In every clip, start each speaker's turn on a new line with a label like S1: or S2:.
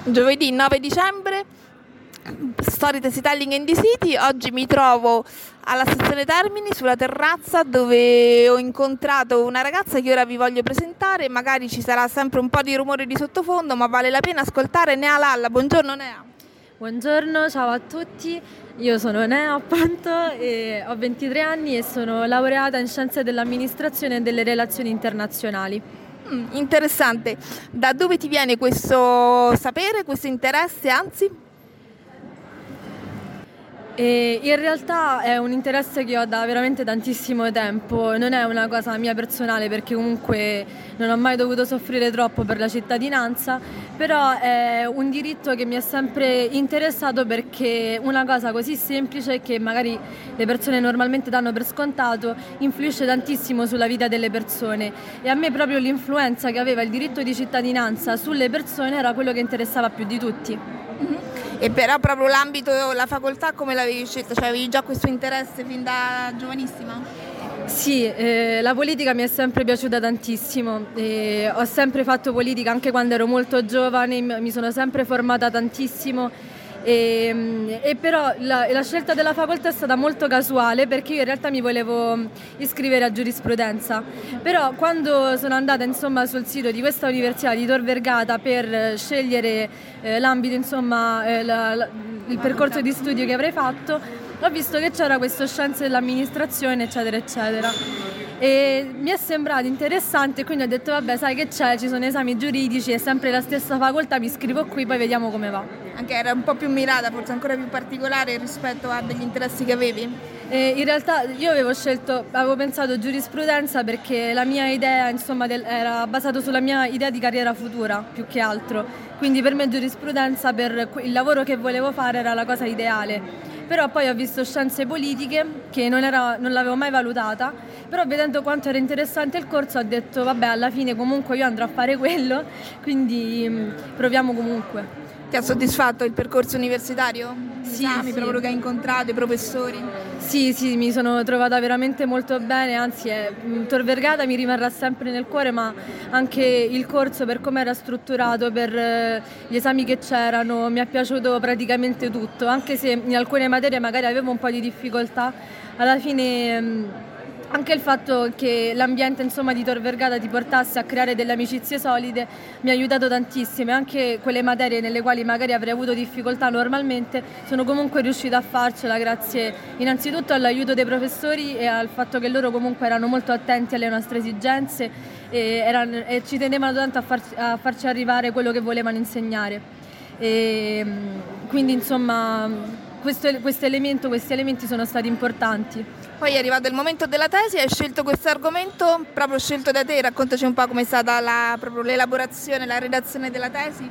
S1: Giovedì 9 dicembre, Storytelling in the City. Oggi mi trovo alla stazione Termini, sulla terrazza, dove ho incontrato una ragazza che ora vi voglio presentare. Magari ci sarà sempre un po' di rumore di sottofondo, ma vale la pena ascoltare Nea Lalla. Buongiorno Nea.
S2: Buongiorno, ciao a tutti, io sono Nea appunto e ho 23 anni e sono laureata in Scienze dell'Amministrazione e delle Relazioni Internazionali.
S1: Interessante. Da dove ti viene questo sapere, questo interesse, anzi?
S2: E in realtà è un interesse che ho da veramente tantissimo tempo, non è una cosa mia personale perché comunque non ho mai dovuto soffrire troppo per la cittadinanza, però è un diritto che mi è sempre interessato perché una cosa così semplice che magari le persone normalmente danno per scontato influisce tantissimo sulla vita delle persone e a me proprio l'influenza che aveva il diritto di cittadinanza sulle persone era quello che interessava più di tutti.
S1: E però proprio l'ambito, la facoltà come l'avevi scelta? Cioè avevi già questo interesse fin da giovanissima?
S2: Sì, la politica mi è sempre piaciuta tantissimo, ho sempre fatto politica anche quando ero molto giovane, mi sono sempre formata tantissimo e però la scelta della facoltà è stata molto casuale perché io in realtà mi volevo iscrivere a giurisprudenza, però quando sono andata insomma sul sito di questa università di Tor Vergata per scegliere l'ambito insomma il percorso di studio che avrei fatto, ho visto che c'era questo Scienze dell'Amministrazione eccetera eccetera e mi è sembrato interessante, quindi ho detto vabbè, sai che c'è, ci sono esami giuridici, è sempre la stessa facoltà, mi iscrivo qui, poi vediamo come va.
S1: Anche era un po' più mirata, forse ancora più particolare rispetto a degli interessi che avevi?
S2: In realtà io avevo pensato giurisprudenza perché la mia idea insomma era basata sulla mia idea di carriera futura più che altro, quindi per me giurisprudenza per il lavoro che volevo fare era la cosa ideale. Però poi ho visto scienze politiche che non l'avevo mai valutata, però vedendo quanto era interessante il corso ho detto vabbè, alla fine comunque io andrò a fare quello, quindi proviamo comunque.
S1: Ti ha soddisfatto il percorso universitario? Gli esami,
S2: Sì.
S1: proprio che hai incontrato, i professori?
S2: Sì, mi sono trovata veramente molto bene, anzi Tor Vergata mi rimarrà sempre nel cuore, ma anche il corso per come era strutturato, per gli esami che c'erano, mi è piaciuto praticamente tutto, anche se in alcune materie magari avevo un po' di difficoltà, alla fine anche il fatto che l'ambiente insomma di Tor Vergata ti portasse a creare delle amicizie solide mi ha aiutato tantissimo e anche quelle materie nelle quali magari avrei avuto difficoltà normalmente sono comunque riuscita a farcela grazie innanzitutto all'aiuto dei professori e al fatto che loro comunque erano molto attenti alle nostre esigenze e ci tenevano tanto a farci arrivare quello che volevano insegnare. Quindi insomma questi elementi sono stati importanti.
S1: Poi è arrivato il momento della tesi, hai scelto questo argomento proprio scelto da te, raccontaci un po' com'è stata proprio l'elaborazione, la redazione della tesi.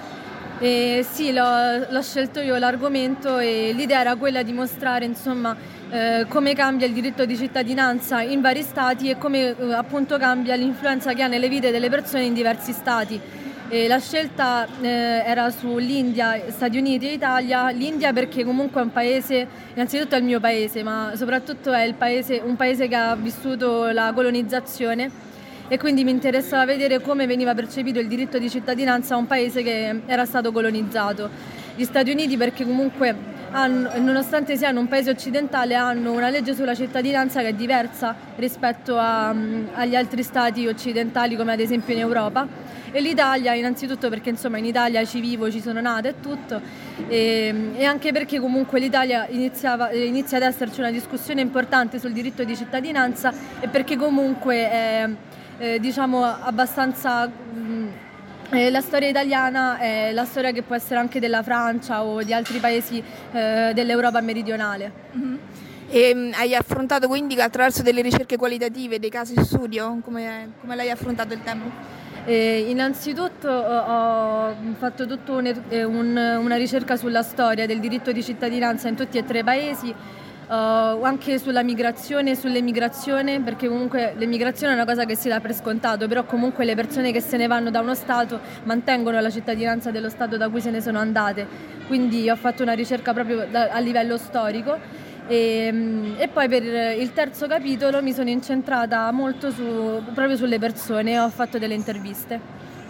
S2: Sì, l'ho scelto io l'argomento e l'idea era quella di mostrare insomma come cambia il diritto di cittadinanza in vari stati e come appunto cambia l'influenza che ha nelle vite delle persone in diversi stati. La scelta era sull'India, Stati Uniti e Italia. L'India perché comunque è un paese, innanzitutto è il mio paese, ma soprattutto è un paese che ha vissuto la colonizzazione e quindi mi interessava vedere come veniva percepito il diritto di cittadinanza a un paese che era stato colonizzato. Gli Stati Uniti perché comunque nonostante siano un paese occidentale, hanno una legge sulla cittadinanza che è diversa rispetto agli altri stati occidentali come ad esempio in Europa. E l'Italia innanzitutto perché insomma in Italia ci vivo, ci sono nata e tutto e anche perché comunque l'Italia inizia ad esserci una discussione importante sul diritto di cittadinanza e perché comunque è diciamo abbastanza la storia italiana è la storia che può essere anche della Francia o di altri paesi dell'Europa meridionale.
S1: Mm-hmm. E hai affrontato quindi attraverso delle ricerche qualitative, dei casi studio? Come l'hai affrontato il tema?
S2: Innanzitutto ho fatto tutta una ricerca sulla storia del diritto di cittadinanza in tutti e tre i paesi, anche sulla migrazione e sull'emigrazione, perché comunque l'emigrazione è una cosa che si dà per scontato, però comunque le persone che se ne vanno da uno Stato mantengono la cittadinanza dello Stato da cui se ne sono andate, quindi ho fatto una ricerca proprio a livello storico. E poi per il terzo capitolo mi sono incentrata molto proprio sulle persone e ho fatto delle interviste.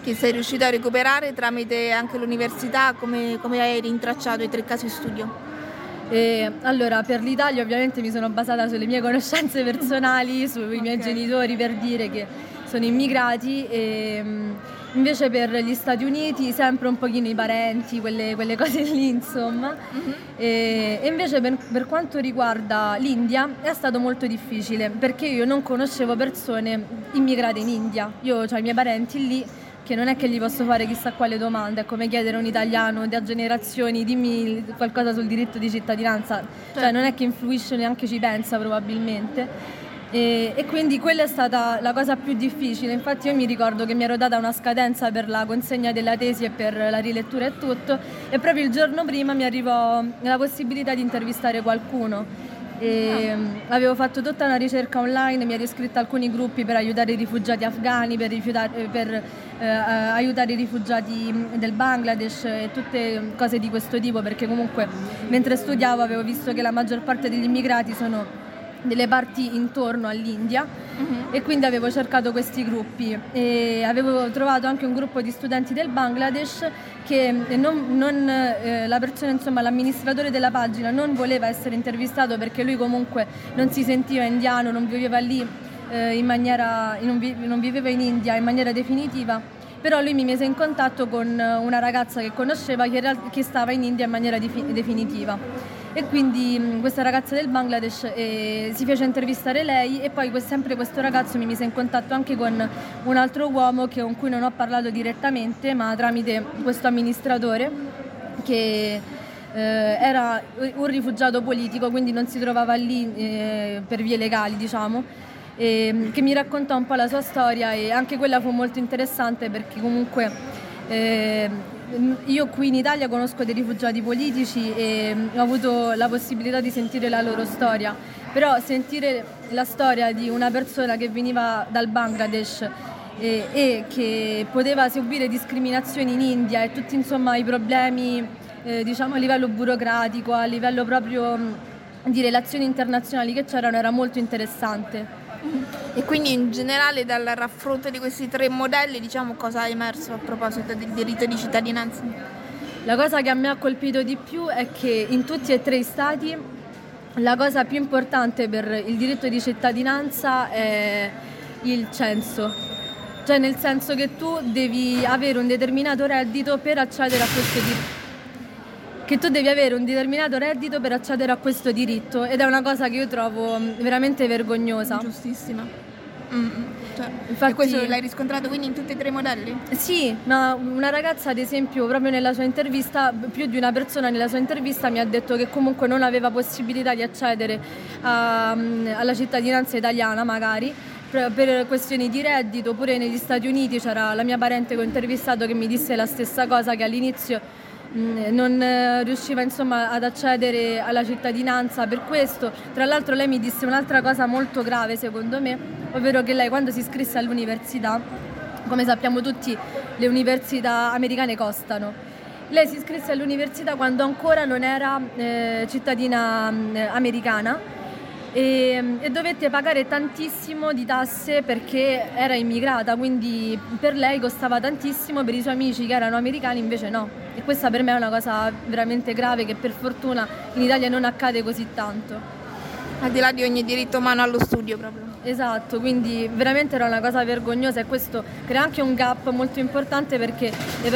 S1: che sei riuscito a recuperare tramite anche l'università, come hai rintracciato i 3 casi studio?
S2: Allora, per l'Italia ovviamente mi sono basata sulle mie conoscenze personali, sui miei genitori, per dire che sono immigrati, e invece per gli Stati Uniti sempre un pochino i parenti, quelle cose lì, insomma. E invece per quanto riguarda l'India è stato molto difficile, perché io non conoscevo persone immigrate in India. Io ho i miei parenti lì, che non è che gli posso fare chissà quale domanda, è come chiedere a un italiano da generazioni dimmi qualcosa sul diritto di cittadinanza, cioè non è che influisce, neanche ci pensa probabilmente, e quindi quella è stata la cosa più difficile. Infatti io mi ricordo che mi ero data una scadenza per la consegna della tesi e per la rilettura e tutto, e proprio il giorno prima mi arrivò la possibilità di intervistare qualcuno. Avevo fatto tutta una ricerca online, mi ero iscritta a alcuni gruppi per aiutare i rifugiati afghani, per aiutare i rifugiati del Bangladesh e tutte cose di questo tipo, perché comunque mentre studiavo avevo visto che la maggior parte degli immigrati sono delle parti intorno all'India, e quindi avevo cercato questi gruppi e avevo trovato anche un gruppo di studenti del Bangladesh che la persona, insomma l'amministratore della pagina non voleva essere intervistato perché lui comunque non si sentiva indiano, non viveva lì non viveva in India in maniera definitiva, però lui mi mise in contatto con una ragazza che conosceva che stava in India in maniera definitiva. E quindi questa ragazza del Bangladesh si fece intervistare lei, e poi sempre questo ragazzo mi mise in contatto anche con un altro uomo con cui non ho parlato direttamente, ma tramite questo amministratore che era un rifugiato politico, quindi non si trovava lì per vie legali, diciamo, che mi raccontò un po' la sua storia, e anche quella fu molto interessante perché comunque io qui in Italia conosco dei rifugiati politici e ho avuto la possibilità di sentire la loro storia, però sentire la storia di una persona che veniva dal Bangladesh e che poteva subire discriminazioni in India e tutti insomma i problemi diciamo a livello burocratico, a livello proprio di relazioni internazionali che c'erano, era molto interessante.
S1: E quindi in generale dal raffronto di questi 3 modelli, diciamo, cosa è emerso a proposito del diritto di cittadinanza?
S2: La cosa che a me ha colpito di più è che in tutti e 3 i stati la cosa più importante per il diritto di cittadinanza è il censo, cioè nel senso che tu devi avere un determinato reddito per accedere a questo diritto. Che tu devi avere un determinato reddito per accedere a questo diritto, ed è una cosa che io trovo veramente vergognosa.
S1: Giustissima. Cioè,
S2: Infatti,
S1: e questo l'hai riscontrato quindi in tutti e 3 i modelli?
S2: Sì, ma una ragazza ad esempio proprio nella sua intervista, più di una persona nella sua intervista mi ha detto che comunque non aveva possibilità di accedere alla cittadinanza italiana magari, per questioni di reddito. Pure negli Stati Uniti c'era la mia parente che ho intervistato che mi disse la stessa cosa, che all'inizio non riusciva insomma ad accedere alla cittadinanza per questo. Tra l'altro lei mi disse un'altra cosa molto grave secondo me, ovvero che lei quando si iscrisse all'università, come sappiamo tutti le università americane costano, lei si iscrisse all'università quando ancora non era cittadina americana, e dovette pagare tantissimo di tasse perché era immigrata, quindi per lei costava tantissimo, per i suoi amici che erano americani invece no. E questa per me è una cosa veramente grave, che per fortuna in Italia non accade così tanto.
S1: Al di là di ogni diritto umano allo studio proprio.
S2: Esatto, quindi veramente era una cosa vergognosa, e questo crea anche un gap molto importante perché le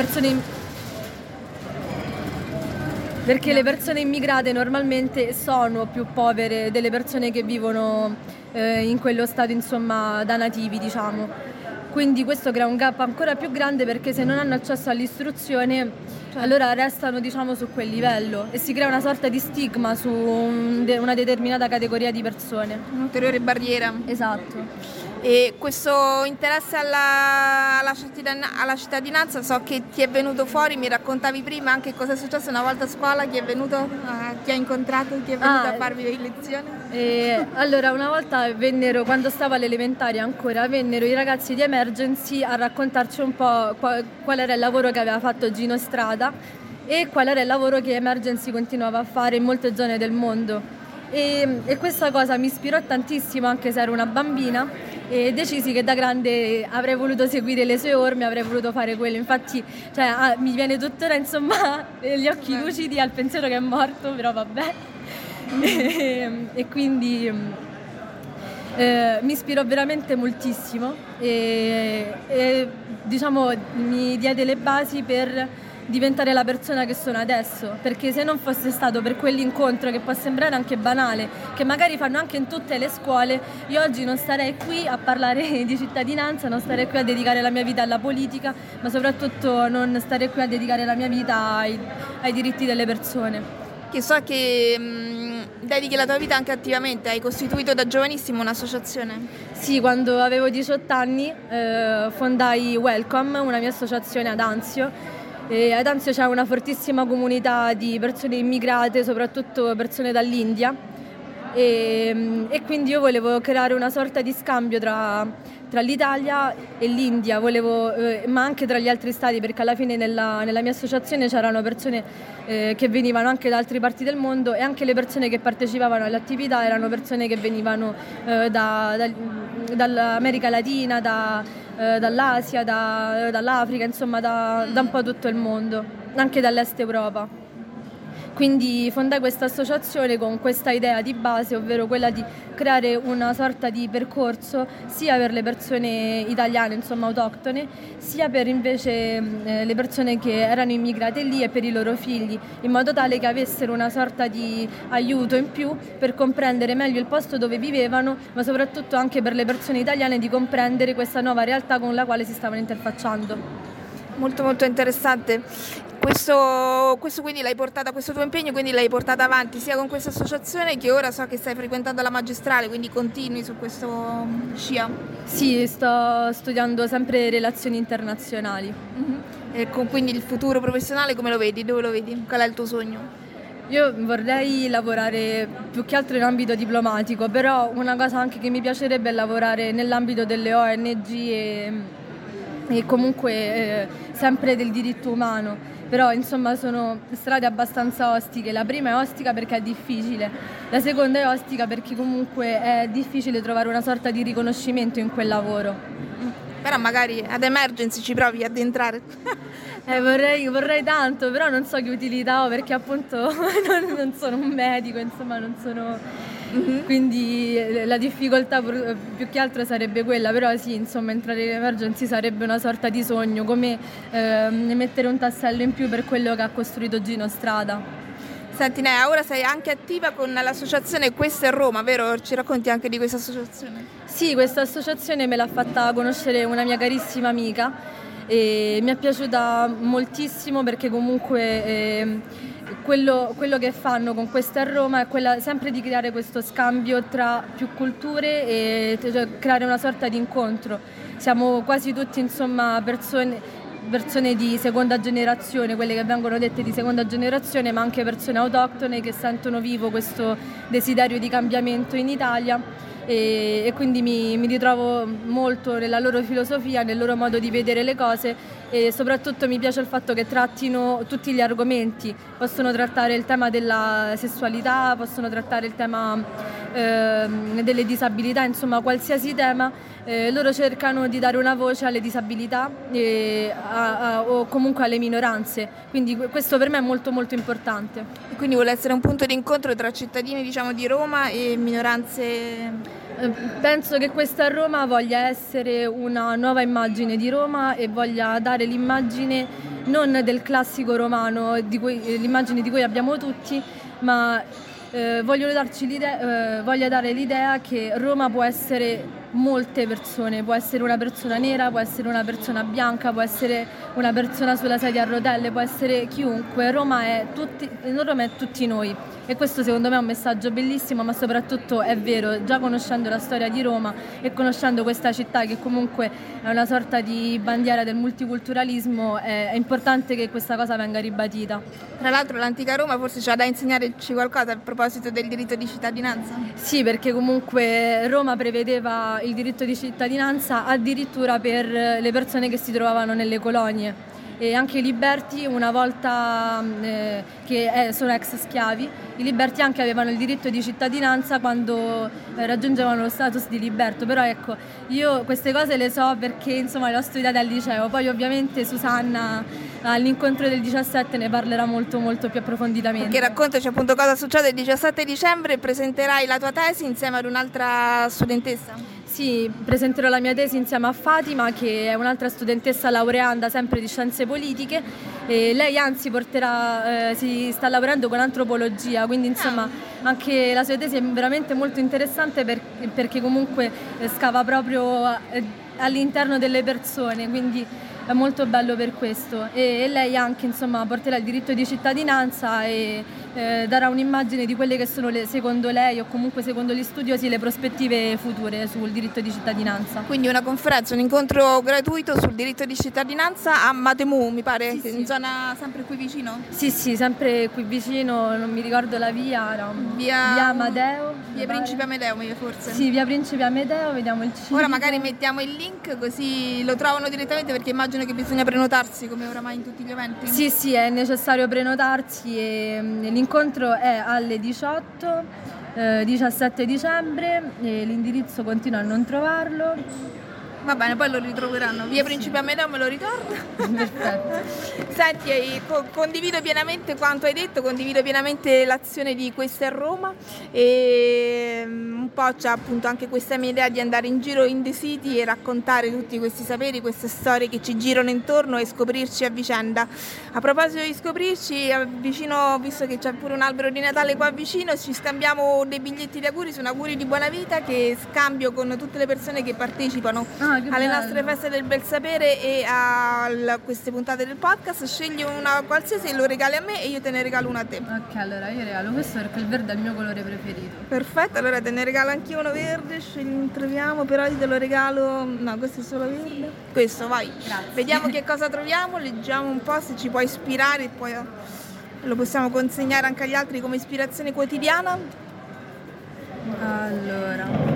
S2: persone immigrate normalmente sono più povere delle persone che vivono in quello stato insomma da nativi, diciamo. Quindi questo crea un gap ancora più grande, perché se non hanno accesso all'istruzione allora restano diciamo su quel livello, e si crea una sorta di stigma su una determinata categoria di persone.
S1: Un'ulteriore barriera.
S2: Esatto.
S1: E questo interesse alla cittadinanza so che ti è venuto fuori, mi raccontavi prima anche cosa è successo una volta a scuola, chi è venuto, ti ha incontrato, chi è venuto a farvi lezione?
S2: Allora una volta quando stavo alle elementari ancora, vennero i ragazzi di Emergency a raccontarci un po' qual era il lavoro che aveva fatto Gino Strada e qual era il lavoro che Emergency continuava a fare in molte zone del mondo. E questa cosa mi ispirò tantissimo, anche se ero una bambina, e decisi che da grande avrei voluto seguire le sue orme, avrei voluto fare quello. Infatti mi viene tuttora insomma gli occhi lucidi al pensiero che è morto, però vabbè. E quindi mi ispirò veramente moltissimo e diciamo mi diede le basi per diventare la persona che sono adesso, perché se non fosse stato per quell'incontro, che può sembrare anche banale, che magari fanno anche in tutte le scuole, io oggi non starei qui a parlare di cittadinanza, non starei qui a dedicare la mia vita alla politica, ma soprattutto non starei qui a dedicare la mia vita ai diritti delle persone.
S1: Che so che dedichi la tua vita anche attivamente, hai costituito da giovanissimo un'associazione?
S2: Sì, quando avevo 18 anni fondai Welcome, una mia associazione ad Anzio. E ad Anzio c'è una fortissima comunità di persone immigrate, soprattutto persone dall'India, e quindi io volevo creare una sorta di scambio tra l'Italia e l'India, ma anche tra gli altri stati, perché alla fine nella mia associazione c'erano persone che venivano anche da altre parti del mondo, e anche le persone che partecipavano alle attività erano persone che venivano dall'America Latina, dall'Asia, dall'Africa, insomma da un po' tutto il mondo, anche dall'Est Europa. Quindi fondai questa associazione con questa idea di base, ovvero quella di creare una sorta di percorso sia per le persone italiane, insomma autoctone, sia per invece le persone che erano immigrate lì e per i loro figli, in modo tale che avessero una sorta di aiuto in più per comprendere meglio il posto dove vivevano, ma soprattutto anche per le persone italiane di comprendere questa nuova realtà con la quale si stavano interfacciando.
S1: Molto molto interessante. Questo quindi questo tuo impegno quindi l'hai portato avanti sia con questa associazione, che ora so che stai frequentando la magistrale, quindi continui su questo scia.
S2: Sì, sto studiando sempre relazioni internazionali.
S1: E quindi il futuro professionale come lo vedi? Dove lo vedi? Qual è il tuo sogno?
S2: Io vorrei lavorare più che altro in ambito diplomatico, però una cosa anche che mi piacerebbe è lavorare nell'ambito delle ONG e comunque sempre del diritto umano. Però insomma sono strade abbastanza ostiche. La prima è ostica perché è difficile, la seconda è ostica perché comunque è difficile trovare una sorta di riconoscimento in quel lavoro.
S1: Però magari ad Emergency ci provi ad entrare.
S2: Vorrei tanto, però non so che utilità ho, perché appunto non sono un medico, insomma non sono... Quindi la difficoltà più che altro sarebbe quella, però sì, insomma entrare in Emergency sarebbe una sorta di sogno, come mettere un tassello in più per quello che ha costruito Gino Strada.
S1: Senti Nea, ora sei anche attiva con l'associazione Questo è Roma, vero? Ci racconti anche di questa associazione?
S2: Sì, questa associazione me l'ha fatta conoscere una mia carissima amica e mi è piaciuta moltissimo, perché comunque quello che fanno con Questo a Roma è quella sempre di creare questo scambio tra più culture e creare una sorta di incontro. Siamo quasi tutti insomma persone di seconda generazione, quelle che vengono dette di seconda generazione, ma anche persone autoctone che sentono vivo questo desiderio di cambiamento in Italia. E quindi mi ritrovo molto nella loro filosofia, nel loro modo di vedere le cose, e soprattutto mi piace il fatto che trattino tutti gli argomenti. Possono trattare il tema della sessualità, possono trattare il tema delle disabilità, insomma qualsiasi tema. Loro cercano di dare una voce alle disabilità o comunque alle minoranze, quindi questo per me è molto molto importante.
S1: E quindi vuole essere un punto di incontro tra cittadini, diciamo, di Roma e minoranze?
S2: Penso che questa Roma voglia essere una nuova immagine di Roma e voglia dare l'immagine non del classico romano, l'immagine di cui abbiamo tutti, ma voglia dare l'idea che Roma può essere molte persone, può essere una persona nera, può essere una persona bianca, può essere una persona sulla sedia a rotelle, può essere chiunque. Roma è tutti noi, e questo secondo me è un messaggio bellissimo, ma soprattutto è vero. Già conoscendo la storia di Roma e conoscendo questa città, che comunque è una sorta di bandiera del multiculturalismo, è importante che questa cosa venga ribadita.
S1: Tra l'altro l'antica Roma forse c'ha da insegnarci qualcosa a proposito del diritto di cittadinanza?
S2: Sì, perché comunque Roma prevedeva il diritto di cittadinanza addirittura per le persone che si trovavano nelle colonie, e anche i liberti, una volta che sono ex schiavi, i liberti anche avevano il diritto di cittadinanza quando raggiungevano lo status di liberto. Però ecco, io queste cose le so perché insomma le ho studiate al liceo, poi ovviamente Susanna all'incontro del 17 ne parlerà molto più approfonditamente.
S1: Perché raccontaci appunto cosa succede il 17 dicembre, presenterai la tua tesi insieme ad un'altra studentessa?
S2: Sì, presenterò la mia tesi insieme a Fatima, che è un'altra studentessa laureanda sempre di scienze politiche, e lei anzi si sta lavorando con antropologia, quindi insomma anche la sua tesi è veramente molto interessante perché comunque scava proprio all'interno delle persone, quindi è molto bello per questo. E lei anche insomma porterà il diritto di cittadinanza e darà un'immagine di quelle che sono secondo lei o comunque secondo gli studiosi le prospettive future sul diritto di cittadinanza.
S1: Quindi una conferenza, un incontro gratuito sul diritto di cittadinanza a Matemu, mi pare,
S2: sì,
S1: in zona sempre qui vicino?
S2: Sì, sempre qui vicino, non mi ricordo la via, no. Via Amedeo.
S1: Via Principe Amedeo, forse?
S2: Sì, via Principe Amedeo, vediamo il civico.
S1: Ora magari mettiamo il link così lo trovano direttamente, perché immagino che bisogna prenotarsi come oramai in tutti gli eventi.
S2: Sì, è necessario prenotarsi e l'incontro è alle 18, 17 dicembre, e l'indirizzo continuo a non trovarlo.
S1: Va bene, poi lo ritroveranno. Via Principe Amedeo, me lo ricordo.
S2: Perfetto.
S1: Senti, condivido pienamente quanto hai detto, condivido pienamente l'azione di Questa è Roma e un po' c'è appunto anche questa mia idea di andare in giro in the city e raccontare tutti questi saperi, queste storie che ci girano intorno e scoprirci a vicenda. A proposito di scoprirci, vicino, visto che c'è pure un albero di Natale qua vicino, ci scambiamo dei biglietti di auguri, sono auguri di buona vita che scambio con tutte le persone che partecipano alle nostre feste del bel sapere e a queste puntate del podcast. Scegli una qualsiasi e lo regali a me e io te ne regalo una a te.
S2: Ok, allora io regalo questo perché il verde è il mio colore preferito.
S1: Perfetto, allora te ne regalo anch'io uno verde, troviamo, però io te lo regalo, no, questo è solo verde. Questo, vai.
S2: Grazie.
S1: Vediamo che cosa troviamo, leggiamo un po' se ci può ispirare e poi lo possiamo consegnare anche agli altri come ispirazione quotidiana.
S2: Allora,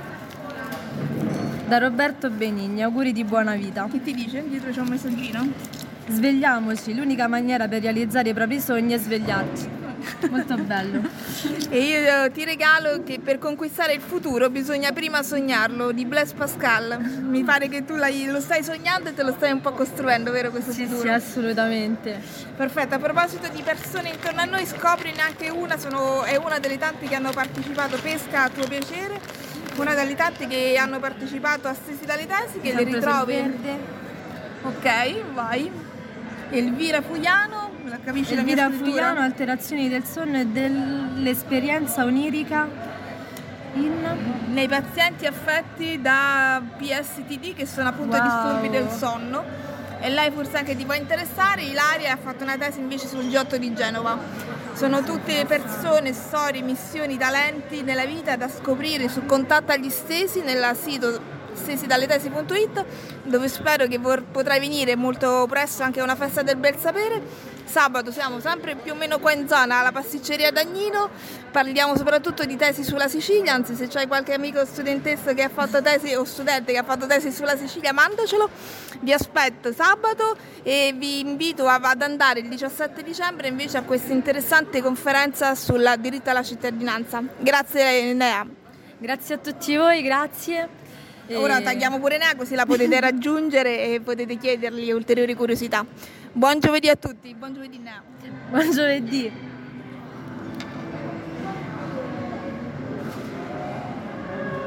S2: da Roberto Benigni, auguri di buona vita.
S1: Che ti dice? Dietro c'è un messaggino.
S2: Svegliamoci, l'unica maniera per realizzare i propri sogni è svegliarci. Molto bello.
S1: E io ti regalo che per conquistare il futuro bisogna prima sognarlo, di Blaise Pascal. Mi pare che tu lo stai sognando e te lo stai un po' costruendo, vero questo futuro?
S2: Sì, assolutamente.
S1: Perfetto, a proposito di persone intorno a noi, scoprini anche una, è una delle tante che hanno partecipato, Pesca a tuo piacere, una delle tante che hanno partecipato a Stesi dalle Tesi, che le ritrovi. Ok, vai. Elvira Fuiano, capisci la mia scrittura?
S2: Elvira Fuiano, alterazioni del sonno e dell'esperienza onirica
S1: nei pazienti affetti da PSTD, che sono appunto disturbi del sonno, e lei forse anche ti può interessare. Ilaria ha fatto una tesi invece sul G8 di Genova. Sono tutte persone, storie, missioni, talenti nella vita da scoprire su Contatta gli Stesi nel sito stesidalletesi.it, dove spero che potrai venire molto presto anche a una festa del bel sapere. Sabato siamo sempre più o meno qua in zona alla pasticceria Dagnino, parliamo soprattutto di tesi sulla Sicilia, anzi se c'hai qualche amico studentessa che ha fatto tesi o studente che ha fatto tesi sulla Sicilia mandacelo. Vi aspetto sabato e vi invito ad andare il 17 dicembre invece a questa interessante conferenza sul diritto alla cittadinanza. Grazie Nea.
S2: Grazie a tutti voi, grazie.
S1: Ora tagliamo pure Nea così la potete raggiungere e potete chiedergli ulteriori curiosità. Buon giovedì a tutti, buon giovedì Nea.
S2: Buon giovedì.